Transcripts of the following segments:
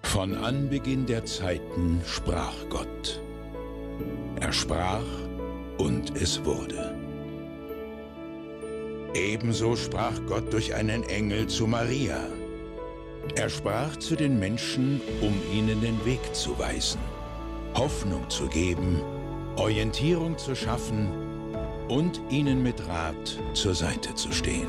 Von Anbeginn der Zeiten sprach Gott. Er sprach, und es wurde. Ebenso sprach Gott durch einen Engel zu Maria. Er sprach zu den Menschen, um ihnen den Weg zu weisen, Hoffnung zu geben, Orientierung zu schaffen und ihnen mit Rat zur Seite zu stehen.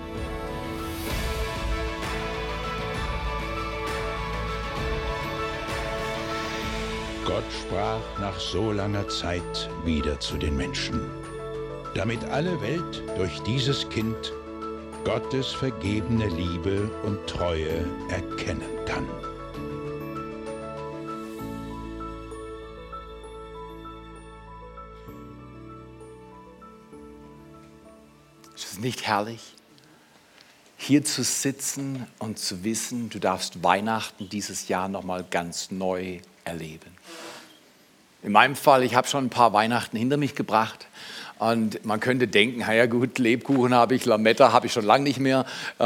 Gott sprach nach so langer Zeit wieder zu den Menschen, damit alle Welt durch dieses Kind Gottes vergebene Liebe und Treue erkennen kann. Ist es nicht herrlich, hier zu sitzen und zu wissen, du darfst Weihnachten dieses Jahr nochmal ganz neu erleben? In meinem Fall, ich habe schon ein paar Weihnachten hinter mich gebracht. Und man könnte denken, ja gut, Lebkuchen habe ich, Lametta habe ich schon lange nicht mehr.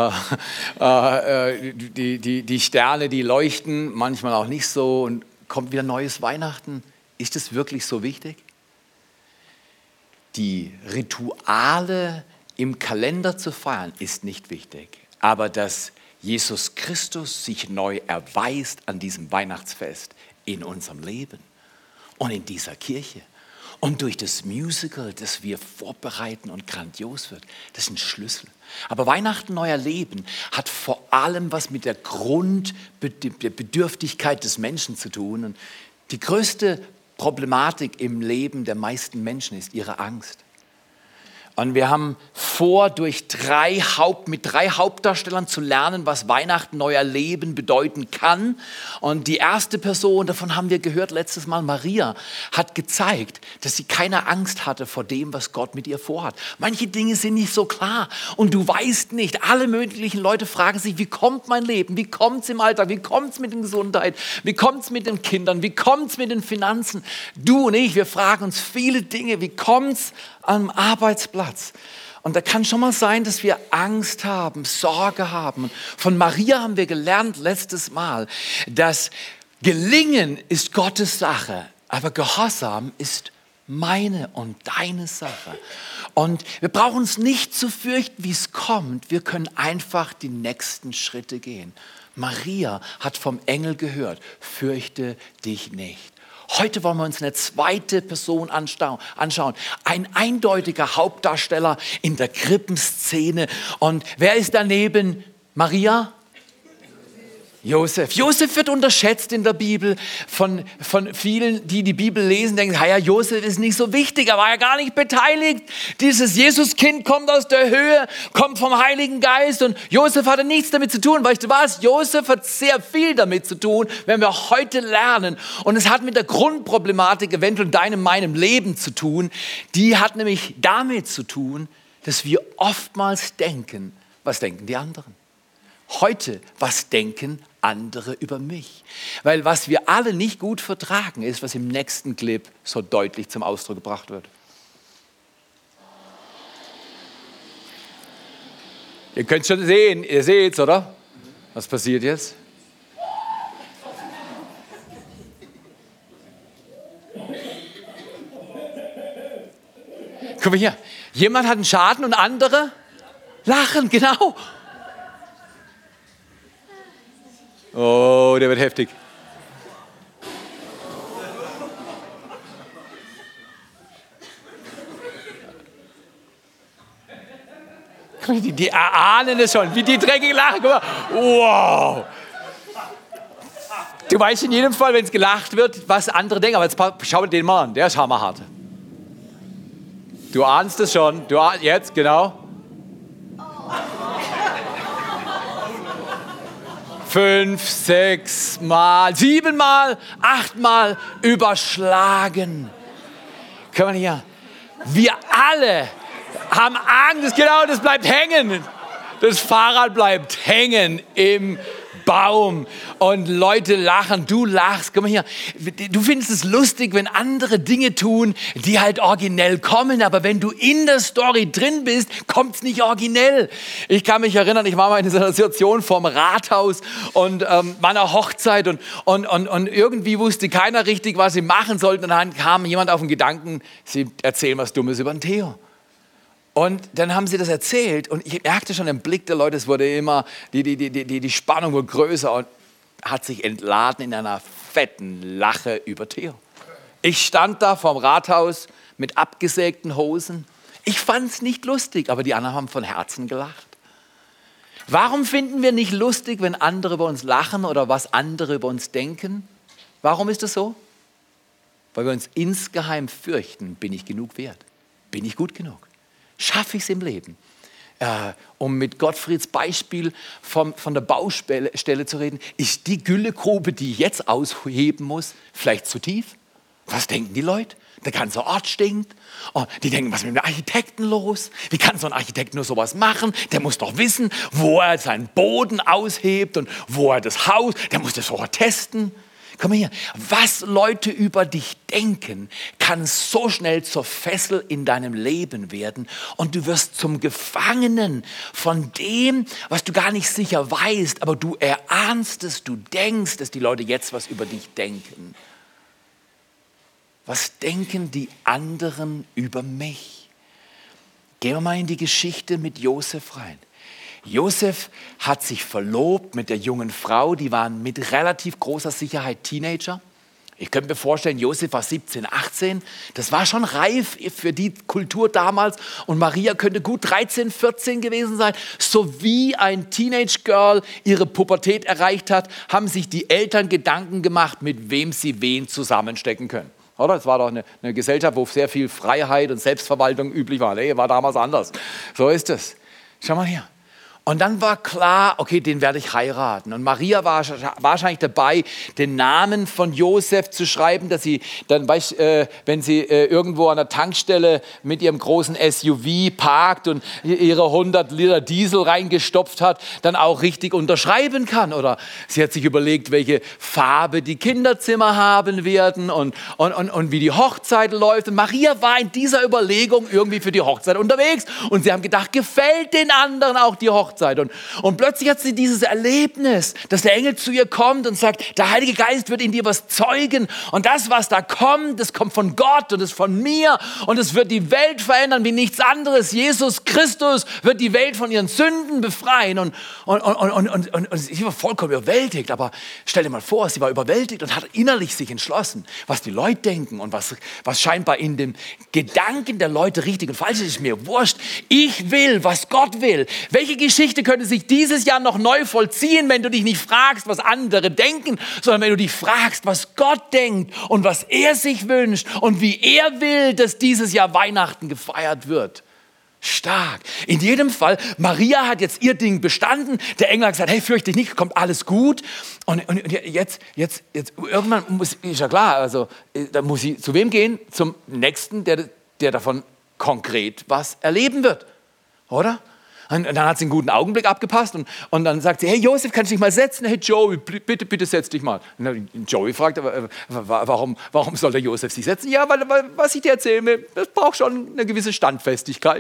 Die Sterne, die leuchten, manchmal auch nicht so. Und kommt wieder neues Weihnachten. Ist es wirklich so wichtig? Die Rituale im Kalender zu feiern, ist nicht wichtig. Aber dass Jesus Christus sich neu erweist an diesem Weihnachtsfest in unserem Leben und in dieser Kirche. Und durch das Musical, das wir vorbereiten und grandios wird, das ist ein Schlüssel. Aber Weihnachten neu erleben hat vor allem was mit der Grundbedürftigkeit des Menschen zu tun. Und die größte Problematik im Leben der meisten Menschen ist ihre Angst. Und wir haben vor, mit drei Hauptdarstellern zu lernen, was Weihnachten neu erleben bedeuten kann. Und die erste Person, davon haben wir gehört letztes Mal, Maria, hat gezeigt, dass sie keine Angst hatte vor dem, was Gott mit ihr vorhat. Manche Dinge sind nicht so klar und du weißt nicht. Alle möglichen Leute fragen sich, wie kommt mein Leben? Wie kommt es im Alltag? Wie kommt es mit der Gesundheit? Wie kommt es mit den Kindern? Wie kommt es mit den Finanzen? Du und ich, wir fragen uns viele Dinge. Wie kommt es am Arbeitsplatz? Und da kann schon mal sein, dass wir Angst haben, Sorge haben. Und von Maria haben wir gelernt letztes Mal, dass Gelingen ist Gottes Sache, aber Gehorsam ist meine und deine Sache. Und wir brauchen uns nicht zu fürchten, wie es kommt. Wir können einfach die nächsten Schritte gehen. Maria hat vom Engel gehört, fürchte dich nicht. Heute wollen wir uns eine zweite Person anschauen. Ein eindeutiger Hauptdarsteller in der Krippenszene. Und wer ist daneben? Maria? Josef. Josef wird unterschätzt in der Bibel von vielen, die die Bibel lesen, denken, ja, Josef ist nicht so wichtig, er war ja gar nicht beteiligt. Dieses Jesuskind kommt aus der Höhe, kommt vom Heiligen Geist und Josef hatte nichts damit zu tun. Weißt du was? Josef hat sehr viel damit zu tun, werden wir heute lernen. Und es hat mit der Grundproblematik eventuell in deinem, meinem Leben zu tun. Die hat nämlich damit zu tun, dass wir oftmals denken, was denken die anderen? Heute, was denken andere über mich? Weil was wir alle nicht gut vertragen, ist, was im nächsten Clip so deutlich zum Ausdruck gebracht wird. Ihr könnt schon sehen, ihr seht's, oder? Was passiert jetzt? Guck mal hier, jemand hat einen Schaden und andere lachen, genau. Oh, der wird heftig. Die erahnen es schon, wie die dreckig lachen. Guck mal. Wow. Du weißt in jedem Fall, wenn es gelacht wird, was andere denken. Aber jetzt schau dir den mal an, der ist hammerhart. Du ahnst es schon. Jetzt, genau. 5, 6 Mal, 7 Mal, 8 Mal überschlagen. Können wir hier? Wir alle haben Angst, genau, das bleibt hängen. Das Fahrrad bleibt hängen im Baum und Leute lachen, du lachst. Guck mal hier, du findest es lustig, wenn andere Dinge tun, die halt originell kommen, aber wenn du in der Story drin bist, kommt es nicht originell. Ich kann mich erinnern, ich war mal in einer Situation vorm Rathaus und meiner Hochzeit und irgendwie wusste keiner richtig, was sie machen sollten und dann kam jemand auf den Gedanken, sie erzählen was Dummes über den Theo. Und dann haben sie das erzählt und ich merkte schon im Blick der Leute, es wurde immer, die Spannung wurde größer und hat sich entladen in einer fetten Lache über Theo. Ich stand da vorm Rathaus mit abgesägten Hosen. Ich fand es nicht lustig, aber die anderen haben von Herzen gelacht. Warum finden wir nicht lustig, wenn andere über uns lachen oder was andere über uns denken? Warum ist das so? Weil wir uns insgeheim fürchten, bin ich genug wert? Bin ich gut genug? Schaffe ich es im Leben? Um mit Gottfrieds Beispiel von der Baustelle zu reden, ist die Güllegrube, die ich jetzt ausheben muss, vielleicht zu tief? Was denken die Leute? Der ganze Ort stinkt. Oh, die denken, was ist mit dem Architekten los? Wie kann so ein Architekt nur sowas machen? Der muss doch wissen, wo er seinen Boden aushebt und wo er das Haus, der muss das vorher testen. Komm mal hier, was Leute über dich denken, kann so schnell zur Fessel in deinem Leben werden und du wirst zum Gefangenen von dem, was du gar nicht sicher weißt, aber du erahnst es, du denkst, dass die Leute jetzt was über dich denken. Was denken die anderen über mich? Gehen wir mal in die Geschichte mit Josef rein. Josef hat sich verlobt mit der jungen Frau, die waren mit relativ großer Sicherheit Teenager. Ich könnte mir vorstellen, Josef war 17, 18, das war schon reif für die Kultur damals und Maria könnte gut 13, 14 gewesen sein. So wie ein Teenage-Girl ihre Pubertät erreicht hat, haben sich die Eltern Gedanken gemacht, mit wem sie wen zusammenstecken können. Oder? Es war doch eine Gesellschaft, wo sehr viel Freiheit und Selbstverwaltung üblich war. Nee, war damals anders. So ist es. Schau mal hier. Und dann war klar, okay, den werde ich heiraten. Und Maria war wahrscheinlich dabei, den Namen von Josef zu schreiben, dass sie dann, wenn sie irgendwo an der Tankstelle mit ihrem großen SUV parkt und ihre 100 Liter Diesel reingestopft hat, dann auch richtig unterschreiben kann. Oder sie hat sich überlegt, welche Farbe die Kinderzimmer haben werden und wie die Hochzeit läuft. Und Maria war in dieser Überlegung irgendwie für die Hochzeit unterwegs. Und sie haben gedacht, gefällt den anderen auch die Hochzeit? Und plötzlich hat sie dieses Erlebnis, dass der Engel zu ihr kommt und sagt, der Heilige Geist wird in dir was zeugen und das, was da kommt, das kommt von Gott und das von mir und es wird die Welt verändern wie nichts anderes. Jesus Christus wird die Welt von ihren Sünden befreien und sie war vollkommen überwältigt, aber stell dir mal vor, sie war überwältigt und hat innerlich sich entschlossen, was die Leute denken und was scheinbar in dem Gedanken der Leute richtig und falsch ist, ist mir wurscht. Ich will, was Gott will. Welche Geschichte könnte sich dieses Jahr noch neu vollziehen, wenn du dich nicht fragst, was andere denken, sondern wenn du dich fragst, was Gott denkt und was er sich wünscht und wie er will, dass dieses Jahr Weihnachten gefeiert wird. Stark. In jedem Fall, Maria hat jetzt ihr Ding bestanden. Der Engel hat gesagt, hey, fürchte dich nicht, kommt alles gut. Und jetzt irgendwann ist ja klar, also da muss sie zu wem gehen? Zum Nächsten, der davon konkret was erleben wird. Oder? Und dann hat sie einen guten Augenblick abgepasst und dann sagt sie, hey Josef, kannst du dich mal setzen? Hey Joey, bitte setz dich mal. Und Joey fragt, warum soll der Josef sich setzen? Ja, weil was ich dir erzählen will, das braucht schon eine gewisse Standfestigkeit.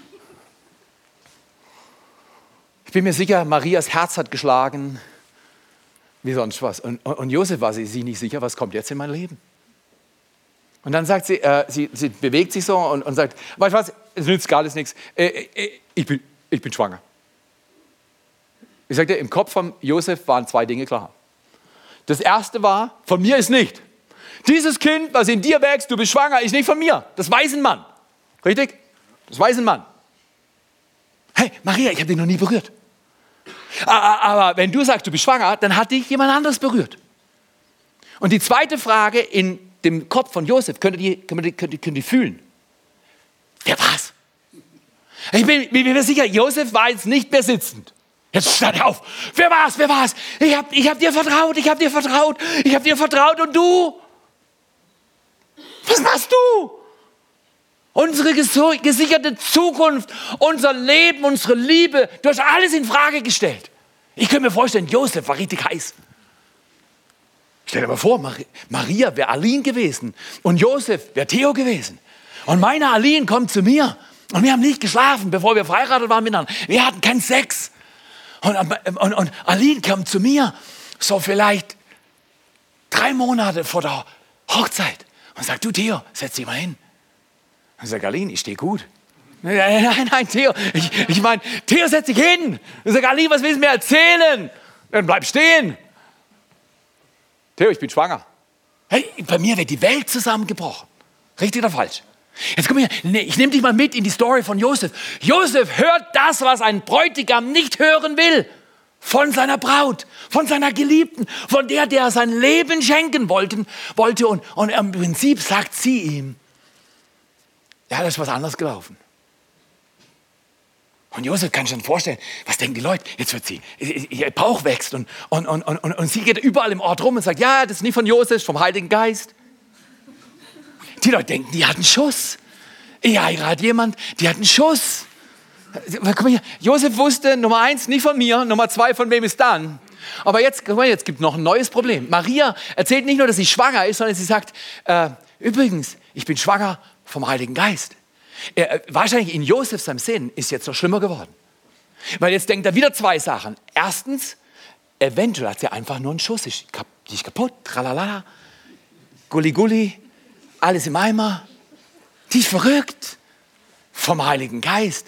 Ich bin mir sicher, Marias Herz hat geschlagen, wie sonst was. Und Josef war sich nicht sicher, was kommt jetzt in mein Leben? Und dann sagt sie, sie bewegt sich so und sagt, weißt du was, es nützt gar nichts. Ich bin schwanger. Ich sagte, im Kopf von Josef waren zwei Dinge klar. Das erste war, von mir ist nicht. Dieses Kind, was in dir wächst, du bist schwanger, ist nicht von mir. Das weiß ein Mann. Richtig? Das weiß ein Mann. Hey, Maria, ich habe dich noch nie berührt. Aber wenn du sagst, du bist schwanger, dann hat dich jemand anderes berührt. Und die zweite Frage in dem Kopf von Josef, könnt ihr fühlen. Wer war's? Ich bin mir sicher, Josef war jetzt nicht mehr sitzend. Jetzt stand er auf. Wer war's? Ich hab dir vertraut und du? Was machst du? Unsere gesicherte Zukunft, unser Leben, unsere Liebe, du hast alles in Frage gestellt. Ich könnte mir vorstellen, Josef war richtig heiß. Stell dir mal vor, Maria wäre Aline gewesen und Josef wäre Theo gewesen. Und meine Aline kommt zu mir und wir haben nicht geschlafen, bevor wir verheiratet waren miteinander. Wir hatten keinen Sex. Und Aline kam zu mir, so vielleicht 3 Monate vor der Hochzeit und sagt, du Theo, setz dich mal hin. Und ich sage, Aline, ich stehe gut. Nein, Theo, ich meine, Theo, setz dich hin. Ich sage, Aline, was willst du mir erzählen? Dann bleib stehen. Theo, ich bin schwanger. Hey, bei mir wird die Welt zusammengebrochen. Richtig oder falsch? Jetzt komm her, ich nehme dich mal mit in die Story von Josef. Josef hört das, was ein Bräutigam nicht hören will. Von seiner Braut, von seiner Geliebten, von der er sein Leben schenken wollte. Und im Prinzip sagt sie ihm, ja, das ist was anderes gelaufen. Und Josef kann sich dann vorstellen, was denken die Leute? Jetzt wird sie, ihr Bauch wächst und sie geht überall im Ort rum und sagt, ja, das ist nicht von Josef, das ist vom Heiligen Geist. Die Leute denken, die hat einen Schuss. Ich heirate jemand, die hat einen Schuss. Guck mal hier, Josef wusste, Nummer 1, nicht von mir, Nummer 2, von wem ist dann? Aber jetzt, guck mal, jetzt gibt es noch ein neues Problem. Maria erzählt nicht nur, dass sie schwanger ist, sondern sie sagt, übrigens, ich bin schwanger vom Heiligen Geist. Wahrscheinlich in Josef seinem Sinn ist jetzt noch schlimmer geworden. Weil jetzt denkt er wieder 2 Sachen. Erstens, eventuell hat sie einfach nur einen Schuss. Die ist kaputt, tralala, Gulli-Gulli, alles im Eimer. Die ist verrückt vom Heiligen Geist.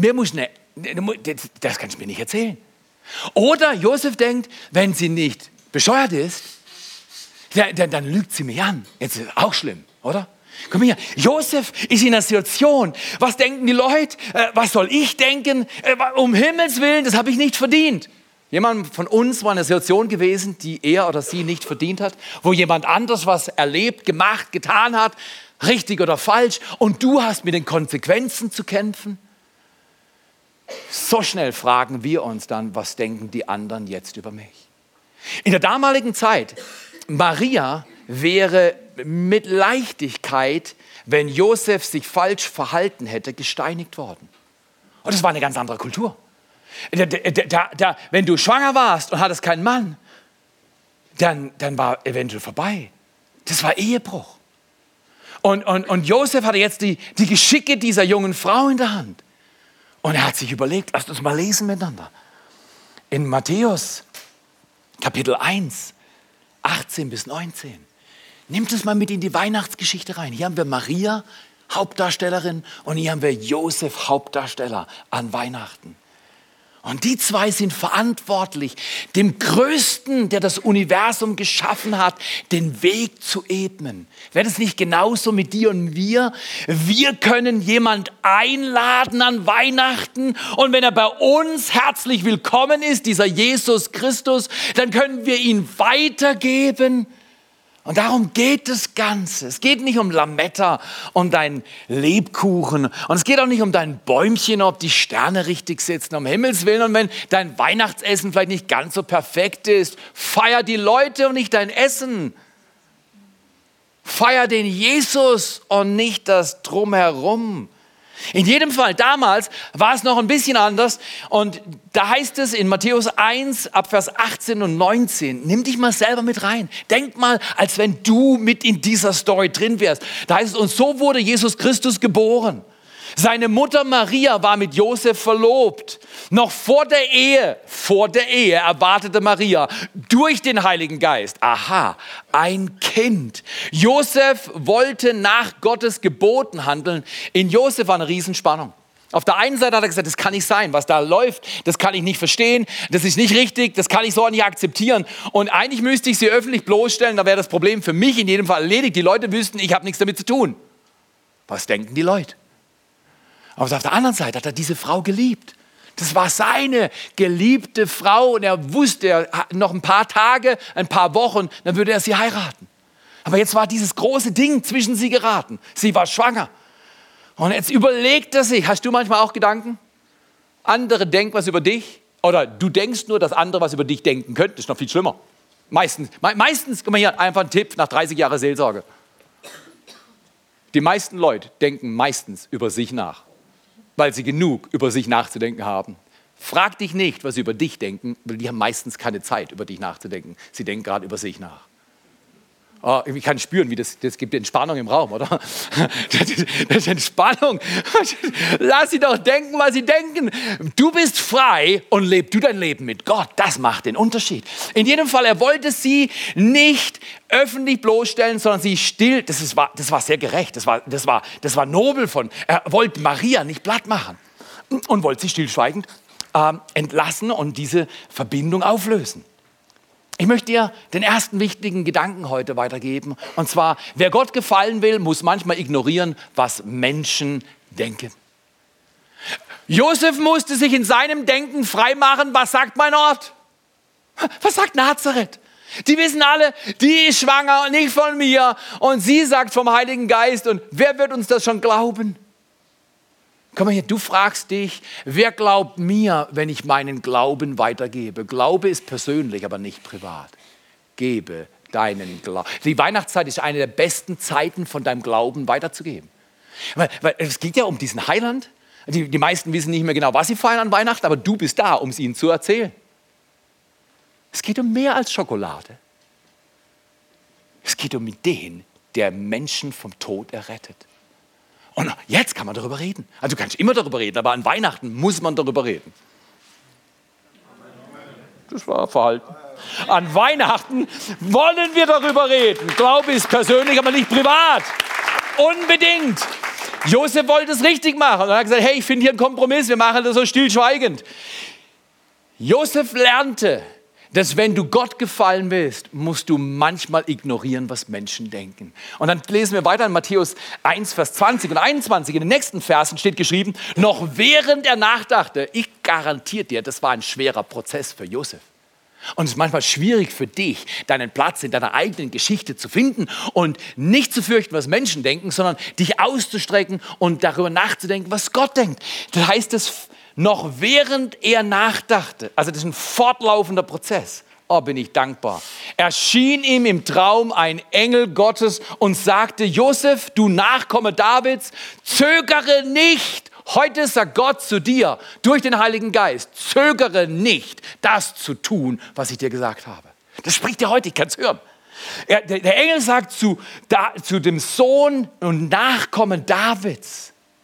Das kannst du mir nicht erzählen. Oder Josef denkt, wenn sie nicht bescheuert ist, dann lügt sie mich an. Jetzt ist auch schlimm, oder? Komm her, Josef ist in einer Situation. Was denken die Leute? Was soll ich denken? Um Himmels Willen, das habe ich nicht verdient. Jemand von uns war in einer Situation gewesen, die er oder sie nicht verdient hat, wo jemand anders was erlebt, gemacht, getan hat, richtig oder falsch, und du hast mit den Konsequenzen zu kämpfen. So schnell fragen wir uns dann, was denken die anderen jetzt über mich? In der damaligen Zeit, Maria wäre mit Leichtigkeit, wenn Josef sich falsch verhalten hätte, gesteinigt worden. Und das war eine ganz andere Kultur. Wenn du schwanger warst und hattest keinen Mann, dann war eventuell vorbei. Das war Ehebruch. Und Josef hatte jetzt die Geschicke dieser jungen Frau in der Hand. Und er hat sich überlegt, lasst uns mal lesen miteinander. In Matthäus Kapitel 1, 18 bis 19. Nimmt es mal mit in die Weihnachtsgeschichte rein. Hier haben wir Maria, Hauptdarstellerin, und hier haben wir Josef, Hauptdarsteller an Weihnachten. Und die 2 sind verantwortlich, dem Größten, der das Universum geschaffen hat, den Weg zu ebnen. Wäre das nicht genauso mit dir und mir? Wir können jemand einladen an Weihnachten, und wenn er bei uns herzlich willkommen ist, dieser Jesus Christus, dann können wir ihn weitergeben. Und darum geht das Ganze. Es geht nicht um Lametta, um deinen Lebkuchen. Und es geht auch nicht um dein Bäumchen, ob die Sterne richtig sitzen, um Himmels Willen. Und wenn dein Weihnachtsessen vielleicht nicht ganz so perfekt ist, feier die Leute und nicht dein Essen. Feier den Jesus und nicht das Drumherum. In jedem Fall, damals war es noch ein bisschen anders, und da heißt es in Matthäus 1, ab Vers 18 und 19, nimm dich mal selber mit rein. Denk mal, als wenn du mit in dieser Story drin wärst. Da heißt es, und so wurde Jesus Christus geboren. Seine Mutter Maria war mit Josef verlobt. Noch vor der Ehe erwartete Maria durch den Heiligen Geist, ein Kind. Josef wollte nach Gottes Geboten handeln. In Josef war eine Riesenspannung. Auf der einen Seite hat er gesagt, das kann nicht sein, was da läuft, das kann ich nicht verstehen, das ist nicht richtig, das kann ich so nicht akzeptieren. Und eigentlich müsste ich sie öffentlich bloßstellen, da wäre das Problem für mich in jedem Fall erledigt. Die Leute wüssten, ich habe nichts damit zu tun. Was denken die Leute? Aber auf der anderen Seite hat er diese Frau geliebt. Das war seine geliebte Frau, und er wusste, noch ein paar Tage, ein paar Wochen, dann würde er sie heiraten. Aber jetzt war dieses große Ding zwischen sie geraten. Sie war schwanger. Und jetzt überlegt er sich, hast du manchmal auch Gedanken? Andere denken was über dich, oder du denkst nur, dass andere was über dich denken könnten. Das ist noch viel schlimmer. Meistens, guck mal hier, einfach ein Tipp nach 30 Jahren Seelsorge. Die meisten Leute denken meistens über sich nach, weil sie genug über sich nachzudenken haben. Frag dich nicht, was sie über dich denken, weil die haben meistens keine Zeit, über dich nachzudenken. Sie denken gerade über sich nach. Oh, ich kann spüren, wie das gibt Entspannung im Raum, oder? Das ist Entspannung. Lass sie doch denken, was sie denken. Du bist frei und lebst du dein Leben mit Gott. Das macht den Unterschied. In jedem Fall, er wollte sie nicht öffentlich bloßstellen, sondern sie still. Das war sehr gerecht. Das war nobel von. Er wollte Maria nicht platt machen und wollte sie stillschweigend entlassen und diese Verbindung auflösen. Ich möchte dir den ersten wichtigen Gedanken heute weitergeben. Und zwar, wer Gott gefallen will, muss manchmal ignorieren, was Menschen denken. Josef musste sich in seinem Denken freimachen. Was sagt mein Ort? Was sagt Nazareth? Die wissen alle, die ist schwanger und nicht von mir. Und sie sagt vom Heiligen Geist. Und wer wird uns das schon glauben? Komm mal hier, du fragst dich, wer glaubt mir, wenn ich meinen Glauben weitergebe? Glaube ist persönlich, aber nicht privat. Gebe deinen Glauben. Die Weihnachtszeit ist eine der besten Zeiten, von deinem Glauben weiterzugeben. Weil es geht ja um diesen Heiland. Die meisten wissen nicht mehr genau, was sie feiern an Weihnachten, aber du bist da, um es ihnen zu erzählen. Es geht um mehr als Schokolade. Es geht um den, der Menschen vom Tod errettet. Und jetzt kann man darüber reden. Also du kannst immer darüber reden, aber an Weihnachten muss man darüber reden. Das war Verhalten. An Weihnachten wollen wir darüber reden. Glaube ist persönlich, aber nicht privat. Unbedingt. Josef wollte es richtig machen. Und er hat gesagt, hey, ich finde hier einen Kompromiss, wir machen das so stillschweigend. Josef lernte, dass wenn du Gott gefallen willst, musst du manchmal ignorieren, was Menschen denken. Und dann lesen wir weiter in Matthäus 1, Vers 20 und 21. In den nächsten Versen steht geschrieben, noch während er nachdachte, ich garantiere dir, das war ein schwerer Prozess für Josef. Und es ist manchmal schwierig für dich, deinen Platz in deiner eigenen Geschichte zu finden und nicht zu fürchten, was Menschen denken, sondern dich auszustrecken und darüber nachzudenken, was Gott denkt. Das heißt, es noch während er nachdachte, also das ist ein fortlaufender Prozess, oh, bin ich dankbar, erschien ihm im Traum ein Engel Gottes und sagte, Josef, du Nachkomme Davids, zögere nicht, heute sagt Gott zu dir durch den Heiligen Geist, zögere nicht, das zu tun, was ich dir gesagt habe. Das spricht dir heute, ich kann es hören. Der Engel sagt zu dem Sohn und Nachkommen Davids,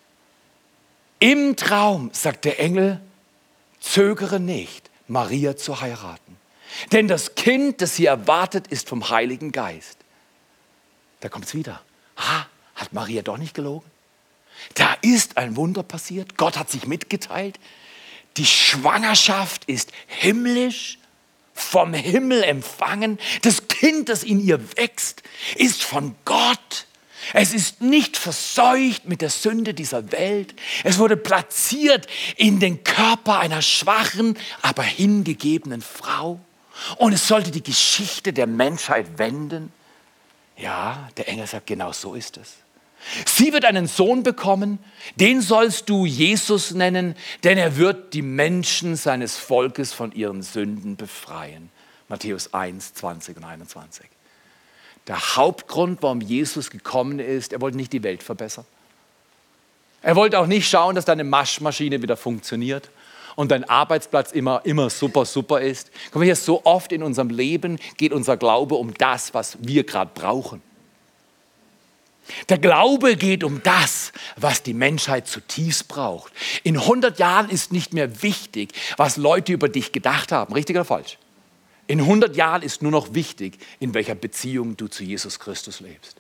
im Traum sagt der Engel, zögere nicht, Maria zu heiraten. Denn das Kind, das sie erwartet, ist vom Heiligen Geist. Da kommt es wieder. Hat Maria doch nicht gelogen? Da ist ein Wunder passiert. Gott hat sich mitgeteilt. Die Schwangerschaft ist himmlisch, vom Himmel empfangen. Das Kind, das in ihr wächst, ist von Gott. Es ist nicht verseucht mit der Sünde dieser Welt. Es wurde platziert in den Körper einer schwachen, aber hingegebenen Frau. Und es sollte die Geschichte der Menschheit wenden. Ja, der Engel sagt, genau so ist es. Sie wird einen Sohn bekommen, den sollst du Jesus nennen, denn er wird die Menschen seines Volkes von ihren Sünden befreien. Matthäus 1, 20 und 21. Der Hauptgrund, warum Jesus gekommen ist, er wollte nicht die Welt verbessern. Er wollte auch nicht schauen, dass deine Waschmaschine wieder funktioniert und dein Arbeitsplatz immer super ist. Guck mal hier, so oft in unserem Leben geht unser Glaube um das, was wir gerade brauchen. Der Glaube geht um das, was die Menschheit zutiefst braucht. In 100 Jahren ist nicht mehr wichtig, was Leute über dich gedacht haben. Richtig oder falsch? In 100 Jahren ist nur noch wichtig, in welcher Beziehung du zu Jesus Christus lebst.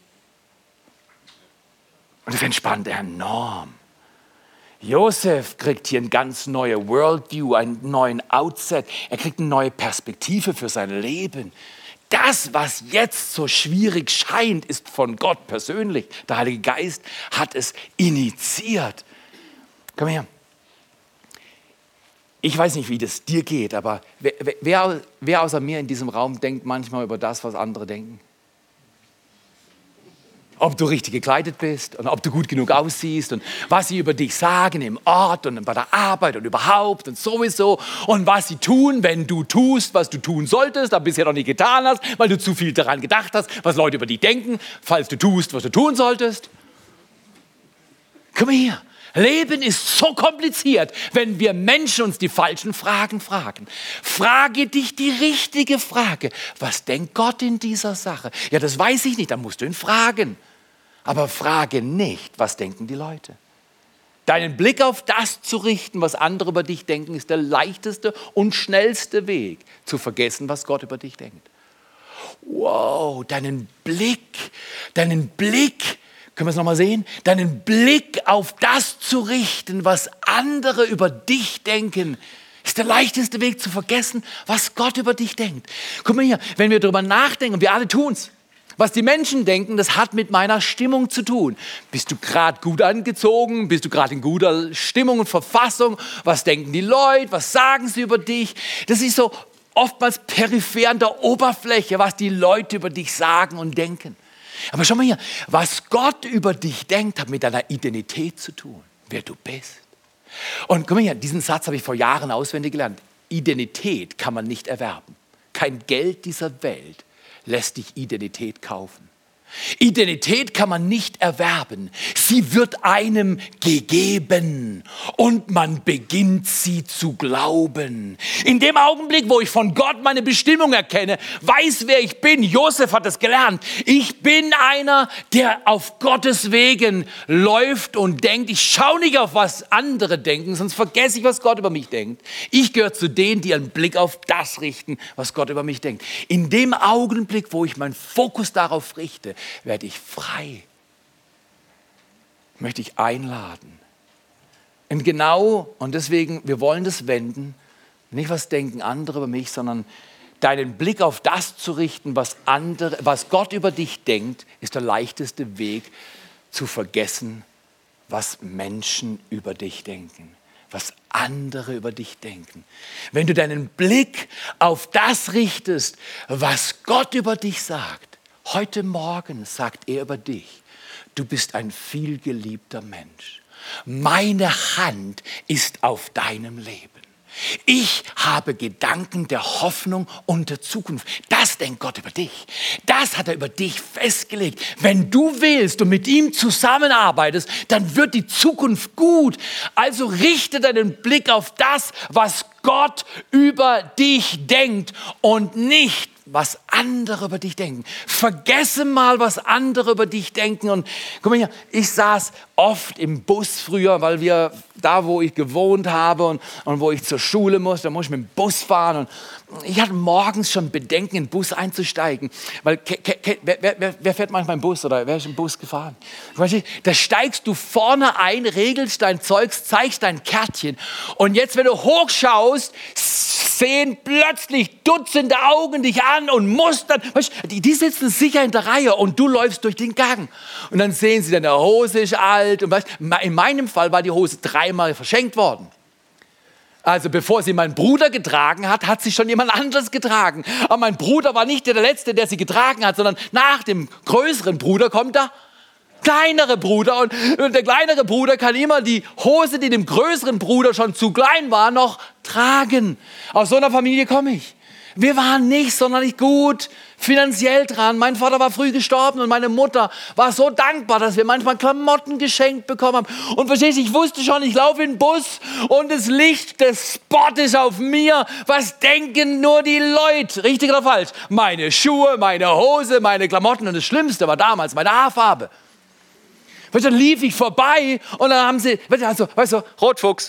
Und das entspannt enorm. Josef kriegt hier eine ganz neue Worldview, einen neuen Outset. Er kriegt eine neue Perspektive für sein Leben. Das, was jetzt so schwierig scheint, ist von Gott persönlich. Der Heilige Geist hat es initiiert. Komm her. Ich weiß nicht, wie das dir geht, aber wer außer mir in diesem Raum denkt manchmal über das, was andere denken? Ob du richtig gekleidet bist und ob du gut genug aussiehst und was sie über dich sagen im Ort und bei der Arbeit und überhaupt und sowieso und was sie tun, wenn du tust, was du tun solltest, aber bisher noch nicht getan hast, weil du zu viel daran gedacht hast, was Leute über dich denken, falls du tust, was du tun solltest. Komm mal hier. Leben ist so kompliziert, wenn wir Menschen uns die falschen Fragen fragen. Frage dich die richtige Frage. Was denkt Gott in dieser Sache? Ja, das weiß ich nicht, dann musst du ihn fragen. Aber frage nicht, was denken die Leute. Deinen Blick auf das zu richten, was andere über dich denken, ist der leichteste und schnellste Weg, zu vergessen, was Gott über dich denkt. Wow, deinen Blick, können wir es nochmal sehen? Deinen Blick auf das zu richten, was andere über dich denken, ist der leichteste Weg zu vergessen, was Gott über dich denkt. Guck mal hier, wenn wir darüber nachdenken, wir alle tun es, was die Menschen denken, das hat mit meiner Stimmung zu tun. Bist du gerade gut angezogen? Bist du gerade in guter Stimmung und Verfassung? Was denken die Leute? Was sagen sie über dich? Das ist so oftmals peripher an der Oberfläche, was die Leute über dich sagen und denken. Aber schau mal hier, was Gott über dich denkt, hat mit deiner Identität zu tun, wer du bist. Und guck mal hier, diesen Satz habe ich vor Jahren auswendig gelernt. Identität kann man nicht erwerben. Kein Geld dieser Welt lässt dich Identität kaufen. Identität kann man nicht erwerben. Sie wird einem gegeben und man beginnt sie zu glauben. In dem Augenblick, wo ich von Gott meine Bestimmung erkenne, weiß, wer ich bin. Josef hat es gelernt. Ich bin einer, der auf Gottes Wegen läuft und denkt. Ich schaue nicht auf, was andere denken, sonst vergesse ich, was Gott über mich denkt. Ich gehöre zu denen, die einen Blick auf das richten, was Gott über mich denkt. In dem Augenblick, wo ich meinen Fokus darauf richte, werde ich frei. Möchte ich einladen. Und genau, und deswegen, wir wollen das wenden, nicht was denken andere über mich, sondern deinen Blick auf das zu richten, was Gott über dich denkt, ist der leichteste Weg zu vergessen, was Menschen über dich denken, was andere über dich denken. Wenn du deinen Blick auf das richtest, was Gott über dich sagt, heute Morgen sagt er über dich, du bist ein vielgeliebter Mensch. Meine Hand ist auf deinem Leben. Ich habe Gedanken der Hoffnung und der Zukunft. Das denkt Gott über dich. Das hat er über dich festgelegt. Wenn du willst und mit ihm zusammenarbeitest, dann wird die Zukunft gut. Also richte deinen Blick auf das, was Gott über dich denkt und nicht, was andere über dich denken. Vergesse mal, was andere über dich denken. Und guck mal hier, ich saß oft im Bus früher, weil wir da, wo ich gewohnt habe und wo ich zur Schule musste, da musste ich mit dem Bus fahren. Und ich hatte morgens schon Bedenken, in den Bus einzusteigen. Weil, wer fährt manchmal im Bus oder wer ist im Bus gefahren? Da steigst du vorne ein, regelst dein Zeugs, zeigst dein Kärtchen. Und jetzt, wenn du hochschaust, sehen plötzlich Dutzende Augen dich an und mustern. Die sitzen sicher in der Reihe und du läufst durch den Gang. Und dann sehen sie, deine Hose ist alt. Und in meinem Fall war die Hose 3-mal verschenkt worden. Also bevor sie mein Bruder getragen hat, hat sie schon jemand anderes getragen. Aber mein Bruder war nicht der Letzte, der sie getragen hat, sondern nach dem größeren Bruder kommt der kleinere Bruder. Und der kleinere Bruder kann immer die Hose, die dem größeren Bruder schon zu klein war, noch tragen. Aus so einer Familie komme ich. Wir waren nicht sonderlich gut finanziell dran. Mein Vater war früh gestorben und meine Mutter war so dankbar, dass wir manchmal Klamotten geschenkt bekommen haben. Und verstehst du, ich wusste schon, ich laufe in den Bus und das Licht des Spots ist auf mir. Was denken nur die Leute? Richtig oder falsch? Meine Schuhe, meine Hose, meine Klamotten und das Schlimmste war damals meine Haarfarbe. Dann lief ich vorbei und dann haben sie, weißt du, Rotfuchs.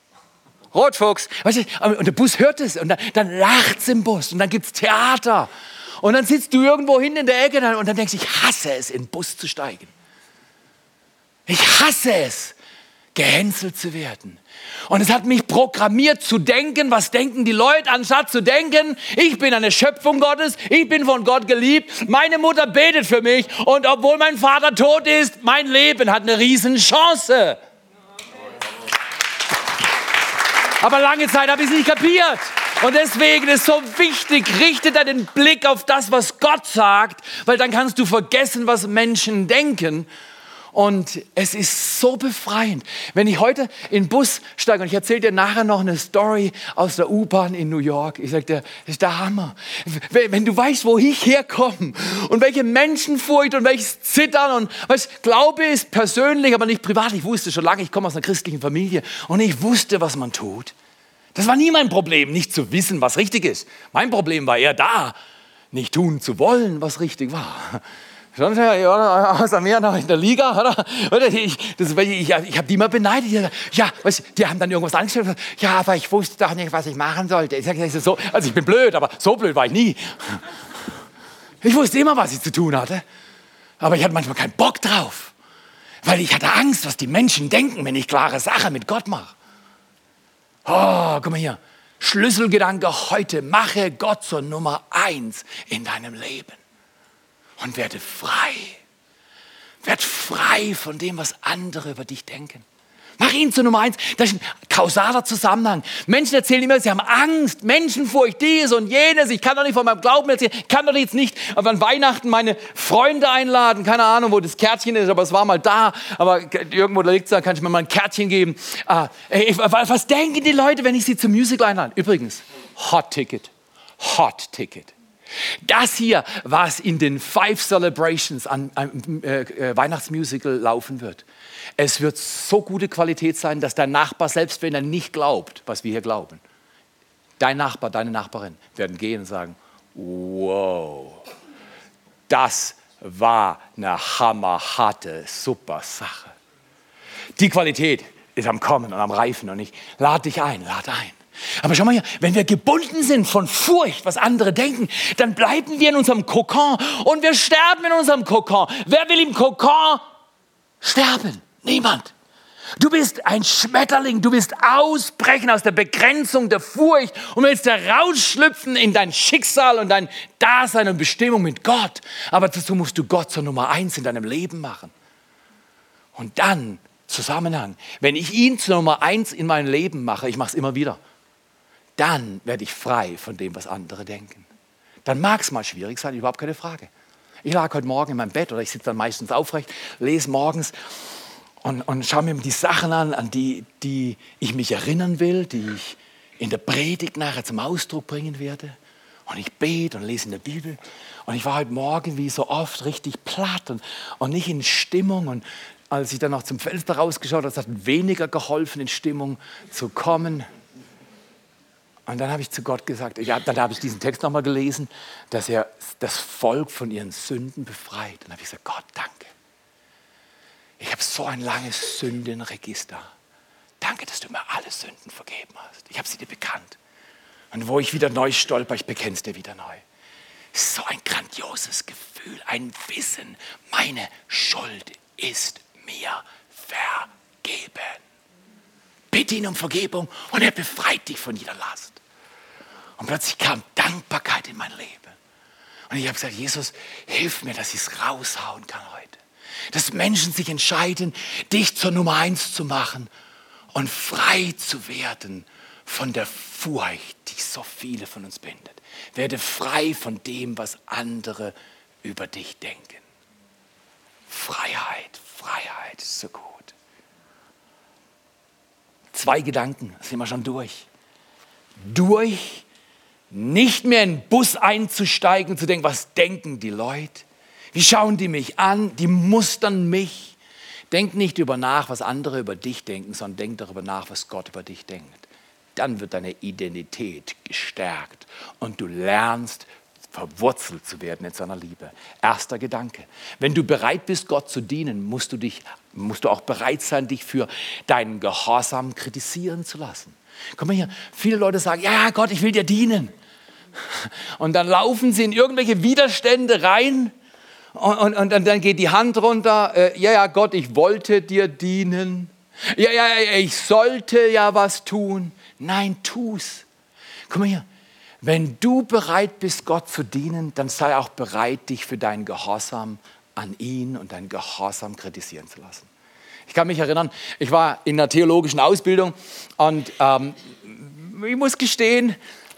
Weißt du, und der Bus hört es und dann lacht es im Bus und dann gibt es Theater. Und dann sitzt du irgendwo hinten in der Ecke und dann denkst du, ich hasse es, in den Bus zu steigen. Ich hasse es, gehänselt zu werden. Und es hat mich programmiert zu denken, was denken die Leute, anstatt zu denken, ich bin eine Schöpfung Gottes, ich bin von Gott geliebt, meine Mutter betet für mich und obwohl mein Vater tot ist, mein Leben hat eine Riesenchance. Aber lange Zeit habe ich es nicht kapiert. Und deswegen ist so wichtig, richte deinen Blick auf das, was Gott sagt, weil dann kannst du vergessen, was Menschen denken. Und es ist so befreiend. Wenn ich heute in den Bus steige, und ich erzähle dir nachher noch eine Story aus der U-Bahn in New York. Ich sage dir, das ist der Hammer. Wenn du weißt, wo ich herkomme und welche Menschenfurcht und welches Zittern und weißt, Glaube ist persönlich, aber nicht privat. Ich wusste schon lange, ich komme aus einer christlichen Familie und ich wusste, was man tut. Das war nie mein Problem, nicht zu wissen, was richtig ist. Mein Problem war eher da, nicht tun zu wollen, was richtig war. Schon außer mir noch in der Liga, oder? Ich habe die immer beneidet. Ja, weißt, die haben dann irgendwas angestellt. Ja, aber ich wusste doch nicht, was ich machen sollte. Ich sage, so, also ich bin blöd, aber so blöd war ich nie. Ich wusste immer, was ich zu tun hatte. Aber ich hatte manchmal keinen Bock drauf. Weil ich hatte Angst, was die Menschen denken, wenn ich klare Sache mit Gott mache. Oh, guck mal hier. Schlüsselgedanke heute. Mache Gott zur Nummer 1 in deinem Leben. Und werde frei. Werd frei von dem, was andere über dich denken. Mach ihn zur Nummer 1. Das ist ein kausaler Zusammenhang. Menschen erzählen immer, sie haben Angst, Menschenfurcht, dies und jenes. Ich kann doch nicht von meinem Glauben erzählen. Ich kann doch jetzt nicht an Weihnachten meine Freunde einladen. Keine Ahnung, wo das Kärtchen ist, aber es war mal da. Aber irgendwo da liegt es, da kann ich mir mal ein Kärtchen geben. Was denken die Leute, wenn ich sie zum Musical einlade? Übrigens, Hot Ticket. Hot Ticket. Das hier, was in den 5 Celebrations an Weihnachtsmusical laufen wird. Es wird so gute Qualität sein, dass dein Nachbar, selbst wenn er nicht glaubt, was wir hier glauben, dein Nachbar, deine Nachbarin werden gehen und sagen, wow, das war eine hammerharte, super Sache. Die Qualität ist am Kommen und am Reifen und ich lade dich ein, lade ein. Aber schau mal hier, wenn wir gebunden sind von Furcht, was andere denken, dann bleiben wir in unserem Kokon und wir sterben in unserem Kokon. Wer will im Kokon sterben? Niemand. Du bist ein Schmetterling, du willst ausbrechen aus der Begrenzung der Furcht und willst herausschlüpfen in dein Schicksal und dein Dasein und Bestimmung mit Gott. Aber dazu musst du Gott zur Nummer 1 in deinem Leben machen. Und dann, Zusammenhang, wenn ich ihn zur Nummer 1 in meinem Leben mache, ich mache es immer wieder, dann werde ich frei von dem, was andere denken. Dann mag es mal schwierig sein, überhaupt keine Frage. Ich lag heute Morgen in meinem Bett oder ich sitze dann meistens aufrecht, lese morgens und schaue mir die Sachen an die ich mich erinnern will, die ich in der Predigt nachher zum Ausdruck bringen werde. Und ich bete und lese in der Bibel. Und ich war heute Morgen wie so oft richtig platt und nicht in Stimmung. Und als ich dann noch zum Fenster rausgeschaut habe, das hat weniger geholfen, in Stimmung zu kommen. Und dann habe ich zu Gott gesagt, dann habe ich diesen Text nochmal gelesen, dass er das Volk von ihren Sünden befreit. Und dann habe ich gesagt, Gott, danke. Ich habe so ein langes Sündenregister. Danke, dass du mir alle Sünden vergeben hast. Ich habe sie dir bekannt. Und wo ich wieder neu stolper, ich bekenne es dir wieder neu. So ein grandioses Gefühl, ein Wissen, meine Schuld ist mir vergeben. Bitte ihn um Vergebung und er befreit dich von jeder Last. Und plötzlich kam Dankbarkeit in mein Leben. Und ich habe gesagt, Jesus, hilf mir, dass ich es raushauen kann heute. Dass Menschen sich entscheiden, dich zur Nummer 1 zu machen und frei zu werden von der Furcht, die so viele von uns bindet. Werde frei von dem, was andere über dich denken. Freiheit, Freiheit ist so gut. 2 Gedanken, das sind wir schon durch. Nicht mehr in den Bus einzusteigen, zu denken, was denken die Leute? Wie schauen die mich an? Die mustern mich. Denk nicht darüber nach, was andere über dich denken, sondern denk darüber nach, was Gott über dich denkt. Dann wird deine Identität gestärkt und du lernst, verwurzelt zu werden in seiner Liebe. Erster Gedanke. Wenn du bereit bist, Gott zu dienen, musst du auch bereit sein, dich für deinen Gehorsam kritisieren zu lassen. Guck mal hier, viele Leute sagen, ja Gott, ich will dir dienen. Und dann laufen sie in irgendwelche Widerstände rein und dann geht die Hand runter. Ja, Gott, ich wollte dir dienen. Ja, ich sollte ja was tun. Nein, tu's. Guck mal hier. Wenn du bereit bist, Gott zu dienen, dann sei auch bereit, dich für deinen Gehorsam an ihn und deinen Gehorsam kritisieren zu lassen. Ich kann mich erinnern, ich war in einer theologischen Ausbildung und ich muss gestehen,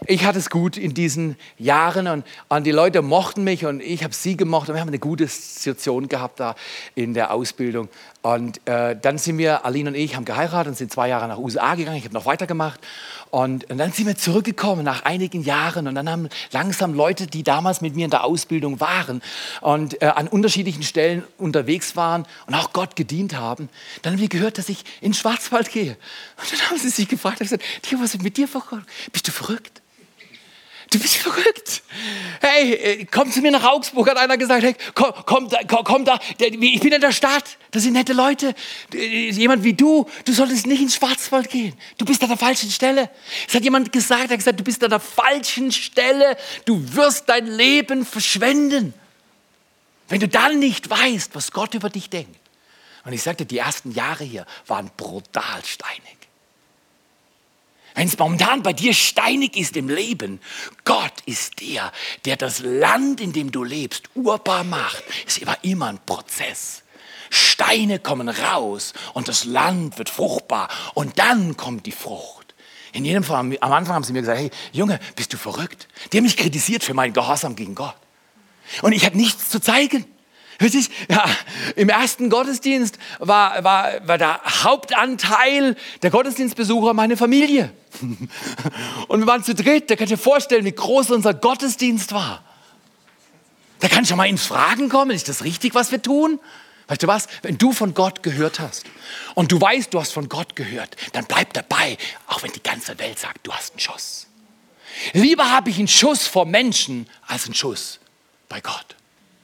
ich hatte es gut in diesen Jahren und die Leute mochten mich und ich habe sie gemocht und wir haben eine gute Situation gehabt da in der Ausbildung. Und dann sind wir, Aline und ich, haben geheiratet und sind 2 Jahre nach USA gegangen. Ich habe noch weitergemacht. Und dann sind wir zurückgekommen nach einigen Jahren und dann haben langsam Leute, die damals mit mir in der Ausbildung waren und an unterschiedlichen Stellen unterwegs waren und auch Gott gedient haben, dann haben wir gehört, dass ich in den Schwarzwald gehe. Und dann haben sie sich gefragt und gesagt, Theo, was ist mit dir verrückt? Bist du verrückt? Du bist verrückt. Hey, komm zu mir nach Augsburg, hat einer gesagt. Hey, komm da. Ich bin in der Stadt. Das sind nette Leute. Jemand wie du solltest nicht ins Schwarzwald gehen. Du bist an der falschen Stelle. Es hat jemand gesagt, er hat gesagt, du bist an der falschen Stelle. Du wirst dein Leben verschwenden, wenn du dann nicht weißt, was Gott über dich denkt. Und ich sagte, die ersten Jahre hier waren brutal steinig. Wenn es momentan bei dir steinig ist im Leben, Gott ist der das Land, in dem du lebst, urbar macht. Es ist immer ein Prozess. Steine kommen raus und das Land wird fruchtbar und dann kommt die Frucht. In jedem Fall, am Anfang haben sie mir gesagt, hey Junge, bist du verrückt? Die haben mich kritisiert für meinen Gehorsam gegen Gott. Und ich hatte nichts zu zeigen. Ja, im ersten Gottesdienst war der Hauptanteil der Gottesdienstbesucher meine Familie. Und wir waren zu dritt. Da kannst du dir vorstellen, wie groß unser Gottesdienst war. Da kann ich schon mal ins Fragen kommen. Ist das richtig, was wir tun? Weißt du was? Wenn du von Gott gehört hast und du weißt, du hast von Gott gehört, dann bleib dabei, auch wenn die ganze Welt sagt, du hast einen Schuss. Lieber habe ich einen Schuss vor Menschen als einen Schuss bei Gott.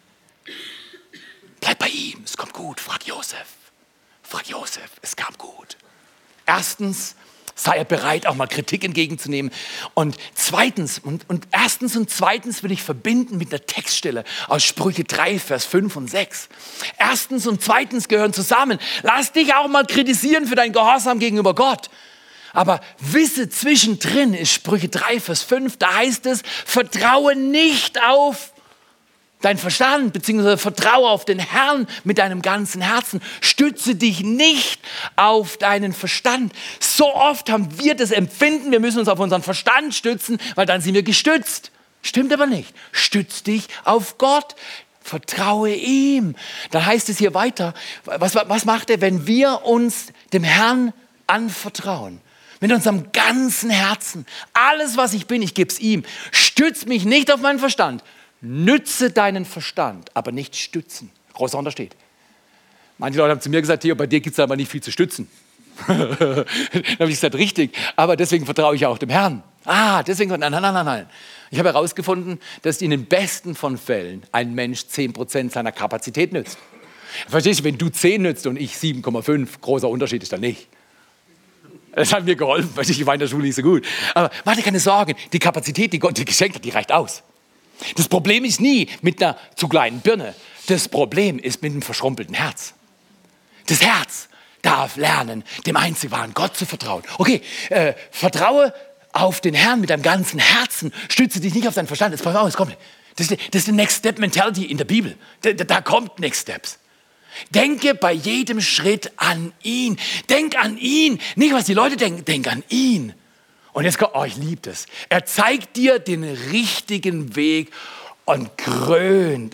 Bleib bei ihm, es kommt gut. Frag Josef, es kam gut. Erstens, sei er bereit, auch mal Kritik entgegenzunehmen. Und zweitens will ich verbinden mit einer Textstelle aus Sprüche 3, Vers 5 und 6. Erstens und zweitens gehören zusammen. Lass dich auch mal kritisieren für deinen Gehorsam gegenüber Gott. Aber wisse, zwischendrin ist Sprüche 3, Vers 5, da heißt es, vertraue nicht auf dein Verstand, beziehungsweise vertraue auf den Herrn mit deinem ganzen Herzen. Stütze dich nicht auf deinen Verstand. So oft haben wir das Empfinden, wir müssen uns auf unseren Verstand stützen, weil dann sind wir gestützt. Stimmt aber nicht. Stütz dich auf Gott. Vertraue ihm. Dann heißt es hier weiter, was macht er, wenn wir uns dem Herrn anvertrauen? Mit unserem ganzen Herzen. Alles, was ich bin, ich gebe es ihm. Stütz mich nicht auf meinen Verstand. Nütze deinen Verstand, aber nicht stützen. Großer Unterschied. Manche Leute haben zu mir gesagt, Theo, bei dir gibt es aber nicht viel zu stützen. Dann habe ich gesagt, richtig, aber deswegen vertraue ich auch dem Herrn. Nein. Ich habe herausgefunden, dass in den besten von Fällen ein Mensch 10% seiner Kapazität nützt. Verstehst du, wenn du 10 nützt und ich 7,5, großer Unterschied ist da nicht. Das hat mir geholfen, weil ich war in der Schule nicht so gut. Aber mach dir keine Sorgen, die Kapazität, die Gott dir geschenkt hat, die reicht aus. Das Problem ist nie mit einer zu kleinen Birne. Das Problem ist mit einem verschrumpelten Herz. Das Herz darf lernen, dem einzig wahren Gott zu vertrauen. Okay, vertraue auf den Herrn mit deinem ganzen Herzen. Stütze dich nicht auf deinen Verstand. Jetzt pass auf, kommt. Das ist die Next Step Mentality in der Bibel. Da kommt Next Steps. Denke bei jedem Schritt an ihn. Denk an ihn. Nicht, was die Leute denken. Denk an ihn. Und jetzt kommt, ich liebe das. Er zeigt dir den richtigen Weg und krönt,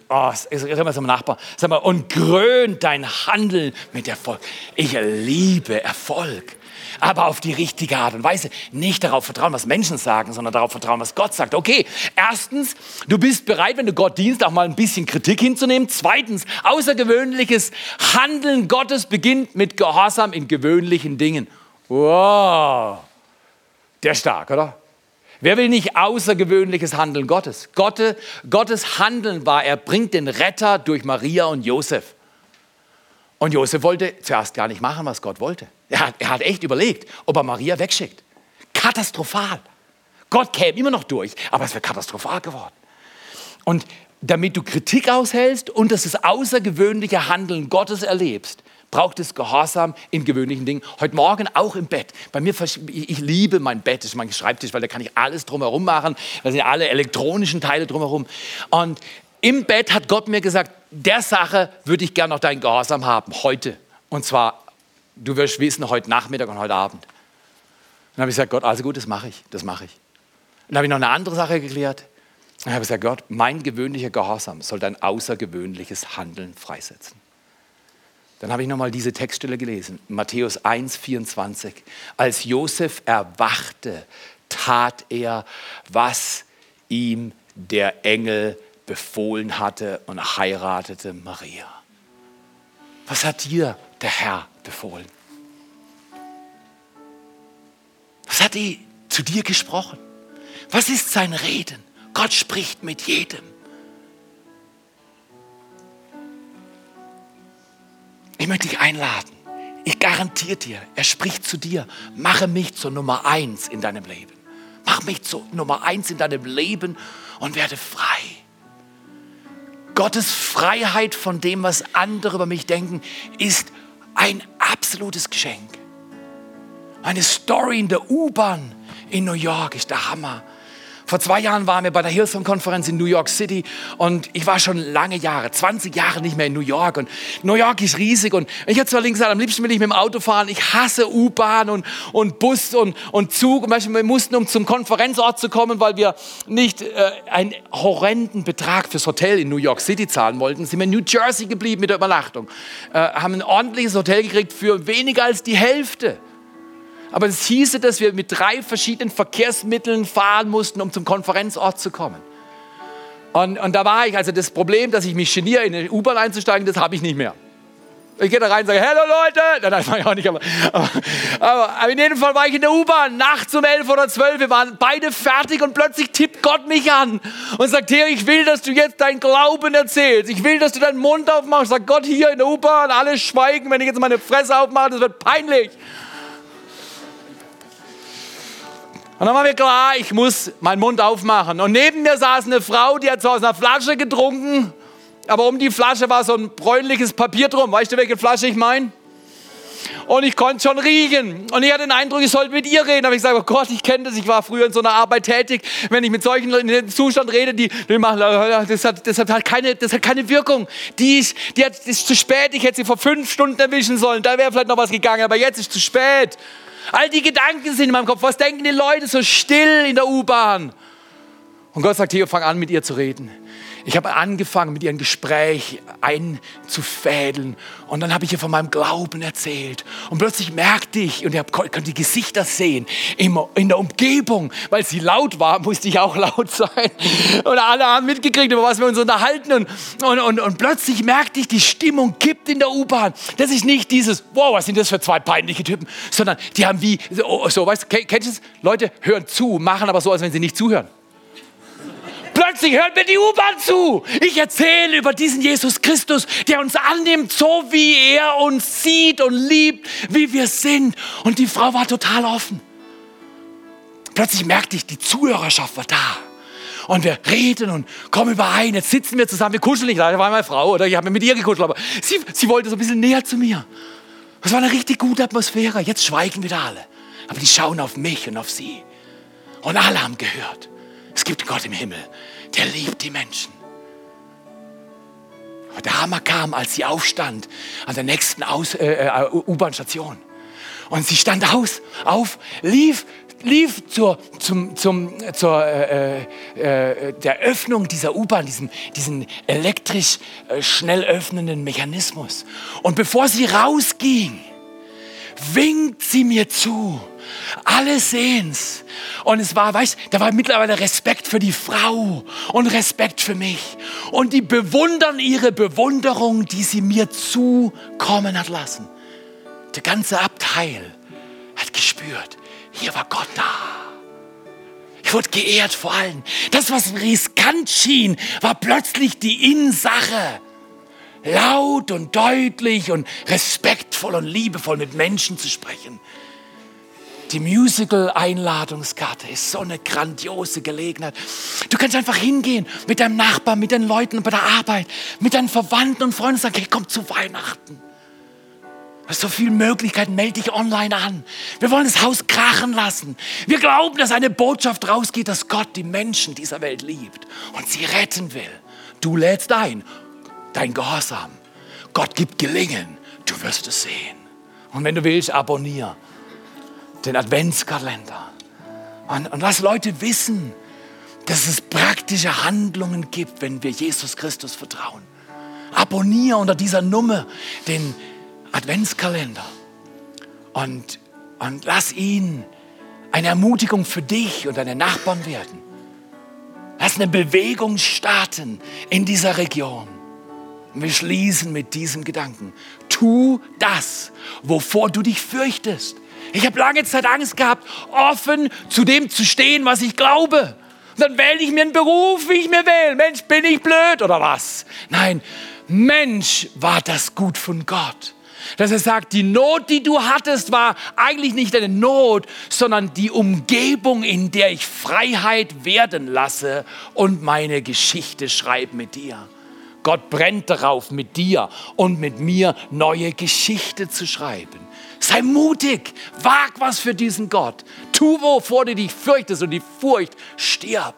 und krönt dein Handeln mit Erfolg. Ich liebe Erfolg, aber auf die richtige Art und Weise. Nicht darauf vertrauen, was Menschen sagen, sondern darauf vertrauen, was Gott sagt. Okay, erstens, du bist bereit, wenn du Gott dienst, auch mal ein bisschen Kritik hinzunehmen. Zweitens, außergewöhnliches Handeln Gottes beginnt mit Gehorsam in gewöhnlichen Dingen. Wow. Der ist stark, oder? Wer will nicht außergewöhnliches Handeln Gottes? Gottes Handeln war, er bringt den Retter durch Maria und Josef. Und Josef wollte zuerst gar nicht machen, was Gott wollte. Er hat echt überlegt, ob er Maria wegschickt. Katastrophal. Gott käme immer noch durch, aber es wäre katastrophal geworden. Und damit du Kritik aushältst und das außergewöhnliche Handeln Gottes erlebst, braucht es Gehorsam in gewöhnlichen Dingen. Heute Morgen auch im Bett. Bei mir, ich liebe mein Bett, das ist mein Schreibtisch, weil da kann ich alles drumherum machen. Da sind alle elektronischen Teile drumherum. Und im Bett hat Gott mir gesagt, der Sache würde ich gerne noch deinen Gehorsam haben, heute. Und zwar, du wirst wissen, heute Nachmittag und heute Abend. Dann habe ich gesagt, Gott, also gut, das mache ich. dann habe ich noch eine andere Sache geklärt. Ich habe gesagt, Gott, mein gewöhnlicher Gehorsam soll dein außergewöhnliches Handeln freisetzen. Dann habe ich nochmal diese Textstelle gelesen, Matthäus 1,24. Als Josef erwachte, tat er, was ihm der Engel befohlen hatte und heiratete Maria. Was hat dir der Herr befohlen? Was hat er zu dir gesprochen? Was ist sein Reden? Gott spricht mit jedem. Ich möchte dich einladen. Ich garantiere dir, er spricht zu dir. Mache mich zur Nummer 1 in deinem Leben. Mach mich zur Nummer 1 in deinem Leben und werde frei. Gottes Freiheit von dem, was andere über mich denken, ist ein absolutes Geschenk. Eine Story in der U-Bahn in New York ist der Hammer. Vor 2 Jahren waren wir bei der Hillsong-Konferenz in New York City und ich war schon lange Jahre, 20 Jahre nicht mehr in New York und New York ist riesig und ich habe zwar gesagt, am liebsten will ich mit dem Auto fahren, ich hasse U-Bahn und Bus und Zug und wir mussten, um zum Konferenzort zu kommen, weil wir nicht einen horrenden Betrag fürs Hotel in New York City zahlen wollten, sind wir in New Jersey geblieben mit der Übernachtung, haben ein ordentliches Hotel gekriegt für weniger als die Hälfte. Aber das hieße, dass wir mit 3 verschiedenen Verkehrsmitteln fahren mussten, um zum Konferenzort zu kommen. Und da war ich, also das Problem, dass ich mich geniere, in eine U-Bahn einzusteigen, das habe ich nicht mehr. Ich gehe da rein und sage, hello Leute! Nein, war ich auch nicht. Aber in jedem Fall war ich in der U-Bahn, nachts um 11 oder 12, wir waren beide fertig und plötzlich tippt Gott mich an und sagt, Theo, ich will, dass du jetzt deinen Glauben erzählst. Ich will, dass du deinen Mund aufmachst. Sagt Gott hier in der U-Bahn, alle schweigen, wenn ich jetzt meine Fresse aufmache, das wird peinlich. Und dann war mir klar, ich muss meinen Mund aufmachen. Und neben mir saß eine Frau, die hat so aus einer Flasche getrunken, aber um die Flasche war so ein bräunliches Papier drum. Weißt du, welche Flasche ich meine? Und ich konnte schon riechen. Und ich hatte den Eindruck, ich sollte mit ihr reden. Aber ich sage, oh Gott, ich kenne das. Ich war früher in so einer Arbeit tätig. Wenn ich mit solchen Leuten in dem Zustand rede, die machen, das hat keine Wirkung. Das ist zu spät. Ich hätte sie vor 5 Stunden erwischen sollen. Da wäre vielleicht noch was gegangen. Aber jetzt ist es zu spät. All die Gedanken sind in meinem Kopf. Was denken die Leute so still in der U-Bahn? Und Gott sagt, Theo, fang an, mit ihr zu reden. Ich habe angefangen, mit ihr ein Gespräch einzufädeln. Und dann habe ich ihr von meinem Glauben erzählt. Und plötzlich merkte ich, und ich konnte die Gesichter sehen, in der Umgebung, weil sie laut war, musste ich auch laut sein. Und alle haben mitgekriegt, über was wir uns unterhalten. Und plötzlich merkte ich, die Stimmung kippt in der U-Bahn. Das ist nicht dieses, wow, was sind das für 2 peinliche Typen, sondern die haben wie, so weißt du, kennst du es? Leute hören zu, machen aber so, als wenn sie nicht zuhören. Plötzlich hört mir die U-Bahn zu. Ich erzähle über diesen Jesus Christus, der uns annimmt, so wie er uns sieht und liebt, wie wir sind. Und die Frau war total offen. Plötzlich merkte ich, die Zuhörerschaft war da. Und wir reden und kommen überein. Jetzt sitzen wir zusammen, wir kuscheln nicht. Da war meine Frau, oder ich habe mit ihr gekuschelt. Aber sie wollte so ein bisschen näher zu mir. Das war eine richtig gute Atmosphäre. Jetzt schweigen wieder alle. Aber die schauen auf mich und auf sie. Und alle haben gehört. Es gibt einen Gott im Himmel, der liebt die Menschen. Aber der Hammer kam, als sie aufstand an der nächsten U-Bahn-Station. Und sie stand auf, lief zur der Öffnung dieser U-Bahn, diesen elektrisch schnell öffnenden Mechanismus. Und bevor sie rausging, winkt sie mir zu. Alle sehen's. Und es war, weißt, da war mittlerweile Respekt für die Frau und Respekt für mich. Und die bewundern ihre Bewunderung, die sie mir zukommen hat lassen. Der ganze Abteil hat gespürt, hier war Gott da. Ich wurde geehrt vor allen. Das, was riskant schien, war plötzlich die Innensache. Laut und deutlich und respektvoll und liebevoll mit Menschen zu sprechen. Die Musical-Einladungskarte ist so eine grandiose Gelegenheit. Du kannst einfach hingehen mit deinem Nachbarn, mit den Leuten bei der Arbeit, mit deinen Verwandten und Freunden und sagen, hey, komm zu Weihnachten. Du hast so viele Möglichkeiten, melde dich online an. Wir wollen das Haus krachen lassen. Wir glauben, dass eine Botschaft rausgeht, dass Gott die Menschen dieser Welt liebt und sie retten will. Du lädst ein, dein Gehorsam. Gott gibt Gelingen, du wirst es sehen. Und wenn du willst, abonniere den Adventskalender. Und lass Leute wissen, dass es praktische Handlungen gibt, wenn wir Jesus Christus vertrauen. Abonniere unter dieser Nummer den Adventskalender und lass ihn eine Ermutigung für dich und deine Nachbarn werden. Lass eine Bewegung starten in dieser Region. Und wir schließen mit diesem Gedanken. Tu das, wovor du dich fürchtest. Ich habe lange Zeit Angst gehabt, offen zu dem zu stehen, was ich glaube. Und dann wähle ich mir einen Beruf, wie ich mir wähle. Mensch, bin ich blöd oder was? Nein, Mensch, war das gut von Gott. Dass er sagt, die Not, die du hattest, war eigentlich nicht deine Not, sondern die Umgebung, in der ich Freiheit werden lasse und meine Geschichte schreibe mit dir. Gott brennt darauf, mit dir und mit mir neue Geschichte zu schreiben. Sei mutig, wag was für diesen Gott. Tu, wovor du dich fürchtest und die Furcht stirbt.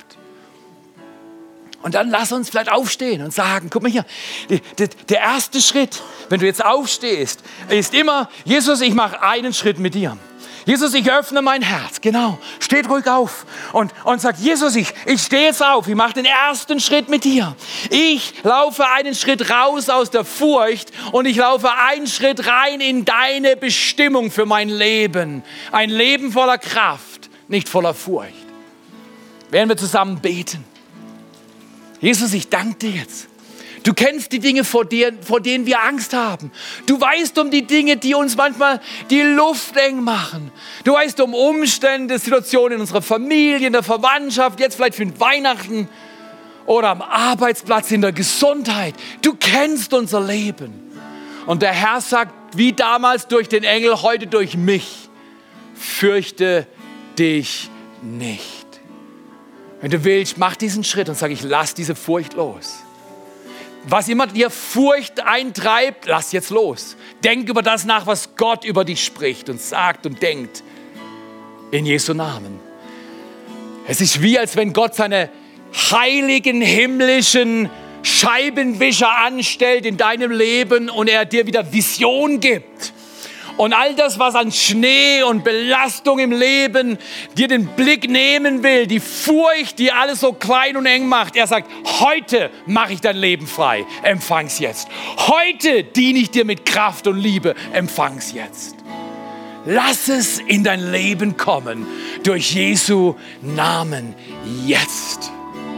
Und dann lass uns vielleicht aufstehen und sagen, guck mal hier, der erste Schritt, wenn du jetzt aufstehst, ist immer, Jesus, ich mache einen Schritt mit dir. Jesus, ich öffne mein Herz, genau, steht ruhig auf und sagt, Jesus, ich stehe jetzt auf, ich mache den ersten Schritt mit dir. Ich laufe einen Schritt raus aus der Furcht und ich laufe einen Schritt rein in deine Bestimmung für mein Leben. Ein Leben voller Kraft, nicht voller Furcht. Werden wir zusammen beten. Jesus, ich danke dir jetzt. Du kennst die Dinge, vor denen wir Angst haben. Du weißt um die Dinge, die uns manchmal die Luft eng machen. Du weißt um Umstände, Situationen in unserer Familie, in der Verwandtschaft, jetzt vielleicht für Weihnachten oder am Arbeitsplatz, in der Gesundheit. Du kennst unser Leben. Und der Herr sagt, wie damals durch den Engel, heute durch mich, fürchte dich nicht. Wenn du willst, mach diesen Schritt und sag, ich lass diese Furcht los. Was immer dir Furcht eintreibt, lass jetzt los. Denk über das nach, was Gott über dich spricht und sagt und denkt. In Jesu Namen. Es ist wie, als wenn Gott seine heiligen, himmlischen Scheibenwischer anstellt in deinem Leben und er dir wieder Vision gibt. Und all das, was an Schnee und Belastung im Leben dir den Blick nehmen will, die Furcht, die alles so klein und eng macht. Er sagt, heute mache ich dein Leben frei. Empfang's jetzt. Heute diene ich dir mit Kraft und Liebe. Empfang's jetzt. Lass es in dein Leben kommen. Durch Jesu Namen jetzt.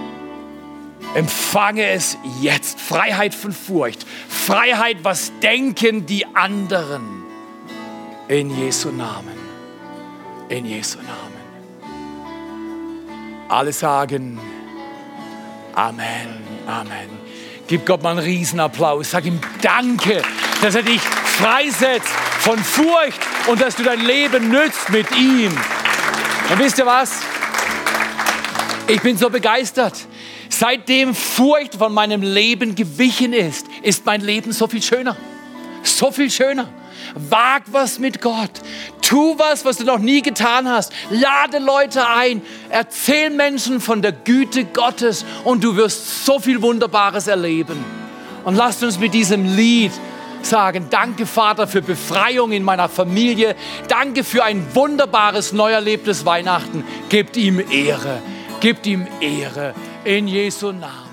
Empfange es jetzt. Freiheit von Furcht. Freiheit, was denken die anderen. In Jesu Namen. In Jesu Namen. Alle sagen Amen, Amen. Gib Gott mal einen Riesenapplaus. Sag ihm Danke, dass er dich freisetzt von Furcht und dass du dein Leben nützt mit ihm. Und wisst ihr was? Ich bin so begeistert. Seitdem Furcht von meinem Leben gewichen ist, ist mein Leben so viel schöner. So viel schöner. Wag was mit Gott. Tu was du noch nie getan hast. Lade Leute ein. Erzähl Menschen von der Güte Gottes und du wirst so viel Wunderbares erleben. Und lasst uns mit diesem Lied sagen, danke Vater für Befreiung in meiner Familie. Danke für ein wunderbares, neu erlebtes Weihnachten. Gebt ihm Ehre. Gebt ihm Ehre in Jesu Namen.